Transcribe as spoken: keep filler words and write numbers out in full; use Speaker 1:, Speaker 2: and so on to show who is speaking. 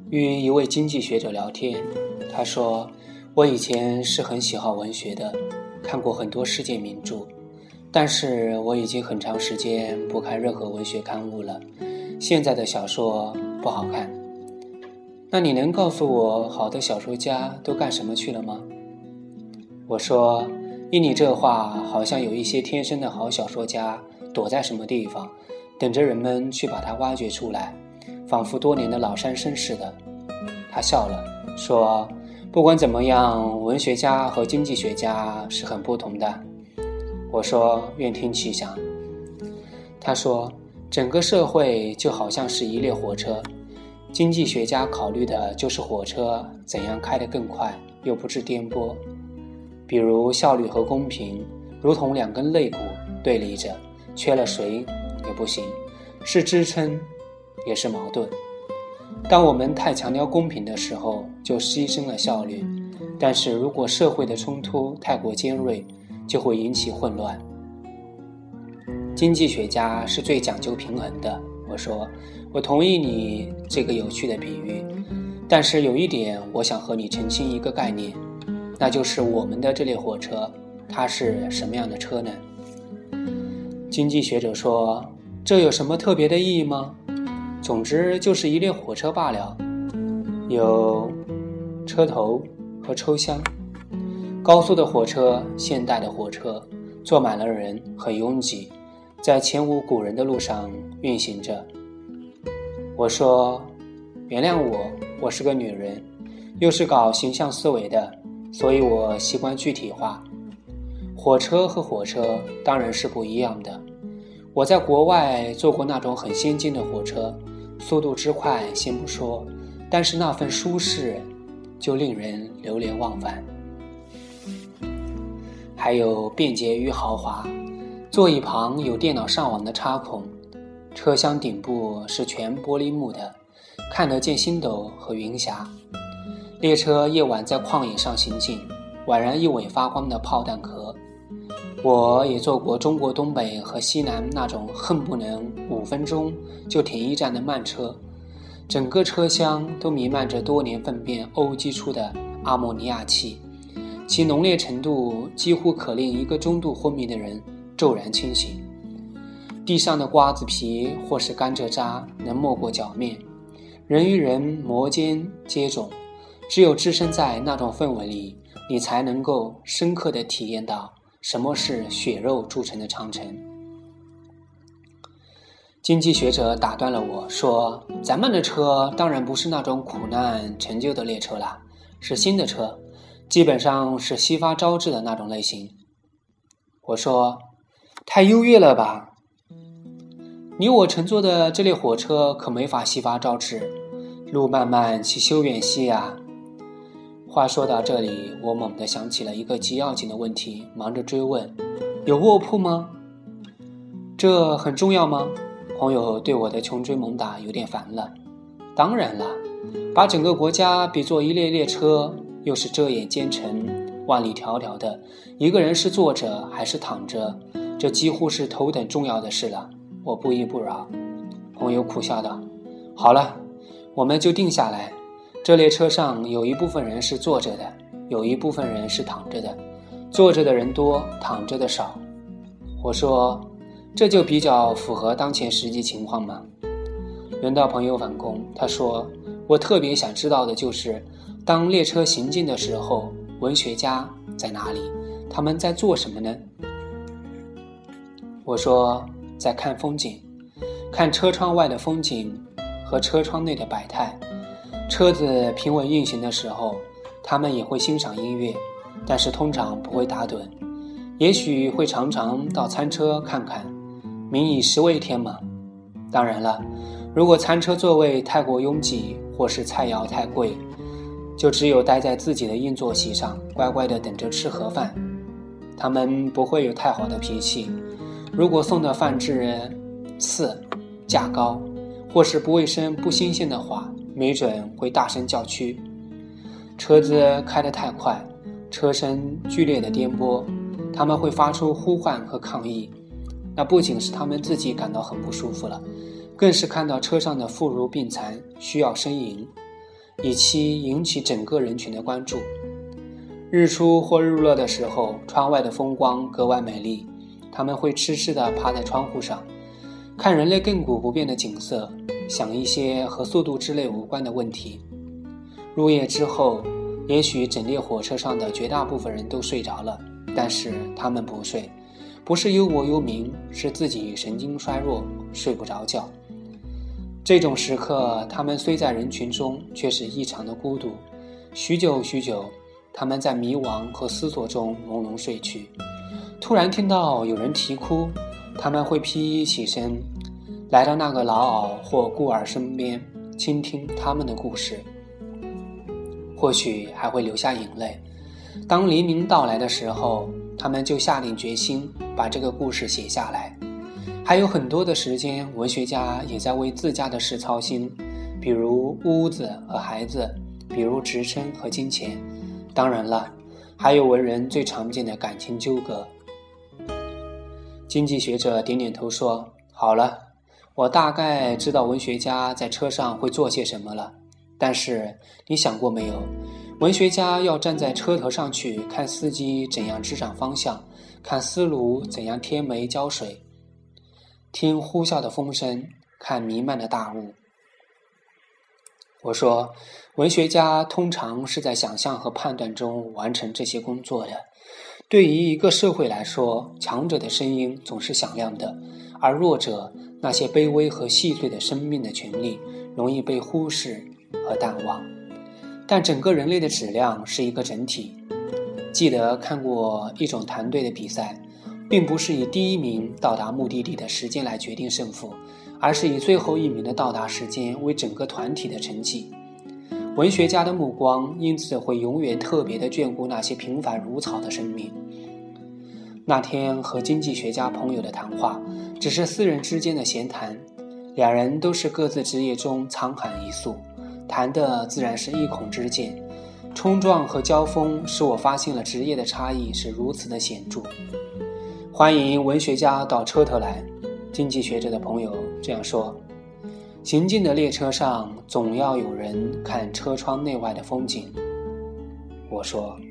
Speaker 1: 与一位经济学者聊天，他说，我以前是很喜好文学的，看过很多世界名著，但是我已经很长时间不看任何文学刊物了，现在的小说不好看。那你能告诉我好的小说家都干什么去了吗？我说，依你这话，好像有一些天生的好小说家躲在什么地方，等着人们去把它挖掘出来，仿佛多年的老山参似的。他笑了，说，不管怎么样，文学家和经济学家是很不同的。我说，愿听其详。他说，整个社会就好像是一列火车，经济学家考虑的就是火车怎样开得更快，又不致颠簸。比如效率和公平，如同两根肋骨对立着，缺了谁也不行，是支撑，也是矛盾。当我们太强调公平的时候，就牺牲了效率，但是如果社会的冲突太过尖锐，就会引起混乱。经济学家是最讲究平衡的，我说，我同意你这个有趣的比喻，但是有一点我想和你澄清一个概念，那就是我们的这列火车，它是什么样的车呢？经济学者说，这有什么特别的意义吗？总之就是一列火车罢了，有车头和抽厢。高速的火车，现代的火车，坐满了人，很拥挤，在前无古人的路上运行着。我说，原谅我，我是个女人，又是搞形象思维的，所以我习惯具体化。火车和火车当然是不一样的。我在国外坐过那种很先进的火车，速度之快先不说，但是那份舒适就令人流连忘返。还有便捷与豪华，座椅旁有电脑上网的插孔，车厢顶部是全玻璃幕的，看得见星斗和云霞。列车夜晚在旷野上行进，宛然一尾发光的炮弹壳。我也坐过中国东北和西南那种恨不能五分钟就停一站的慢车，整个车厢都弥漫着多年粪便沤积出的阿莫尼亚气，其浓烈程度几乎可令一个中度昏迷的人骤然清醒。地上的瓜子皮或是甘蔗渣能没过脚面，人与人摩肩接踵，只有置身在那种氛围里，你才能够深刻地体验到什么是血肉铸成的长城。经济学者打断了我，说，咱们的车当然不是那种苦难成就的列车啦，是新的车，基本上是西发招致的那种类型。我说，太优越了吧，你我乘坐的这列火车可没法西发招致，路漫漫其修远兮啊。话说到这里，我猛地想起了一个极要紧的问题，忙着追问，有卧铺吗？这很重要吗？朋友对我的穷追猛打有点烦了。当然了，把整个国家比作一列列车，又是遮眼兼程，万里迢迢的，一个人是坐着还是躺着，这几乎是头等重要的事了。我不依不饶。朋友苦笑道，好了，我们就定下来，这列车上有一部分人是坐着的，有一部分人是躺着的，坐着的人多，躺着的少。我说，这就比较符合当前实际情况吗？轮到朋友反攻，他说，我特别想知道的就是，当列车行进的时候，文学家在哪里？他们在做什么呢？我说，在看风景，看车窗外的风景和车窗内的百态。车子平稳运行的时候，他们也会欣赏音乐，但是通常不会打盹，也许会常常到餐车看看，民以食为天嘛。当然了，如果餐车座位太过拥挤，或是菜肴太贵，就只有待在自己的硬座席上，乖乖地等着吃盒饭。他们不会有太好的脾气，如果送的饭质次、价高，或是不卫生不新鲜的话，没准会大声叫屈。车子开得太快，车身剧烈的颠簸，他们会发出呼唤和抗议。那不仅是他们自己感到很不舒服了，更是看到车上的妇孺病残需要呻吟。 以期引起整个人群的关注。日出或日落的时候，窗外的风光格外美丽，他们会痴痴地趴在窗户上，看人类亘古不变的景色，想一些和速度之类无关的问题。入夜之后，也许整列火车上的绝大部分人都睡着了，但是他们不睡，不是忧国忧民，是自己神经衰弱，睡不着觉。这种时刻，他们虽在人群中，却是异常的孤独。许久许久，他们在迷惘和思索中朦胧睡去。突然听到有人啼哭，他们会披衣起身，来到那个老媪或孤儿身边，倾听他们的故事，或许还会流下眼泪。当黎明到来的时候，他们就下定决心把这个故事写下来。还有很多的时间，文学家也在为自家的事操心，比如屋子和孩子，比如职称和金钱，当然了，还有文人最常见的感情纠葛。经济学者点点头说，好了，我大概知道文学家在车上会做些什么了。但是你想过没有，文学家要站在车头上去看司机怎样指掌方向，看丝炉怎样添煤浇水，听呼啸的风声，看弥漫的大雾。我说，文学家通常是在想象和判断中完成这些工作的。对于一个社会来说，强者的声音总是响亮的，而弱者那些卑微和细碎的生命的权利容易被忽视和淡忘。但整个人类的质量是一个整体。记得看过一种团队的比赛，并不是以第一名到达目的地的时间来决定胜负，而是以最后一名的到达时间为整个团体的成绩。文学家的目光因此会永远特别地眷顾那些平凡如草的生命。那天和经济学家朋友的谈话只是私人之间的闲谈，两人都是各自职业中沧海一粟，谈的自然是一孔之见。冲撞和交锋使我发现了职业的差异是如此的显著。欢迎文学家到车头来，经济学者的朋友这样说。行进的列车上总要有人看车窗内外的风景。我说，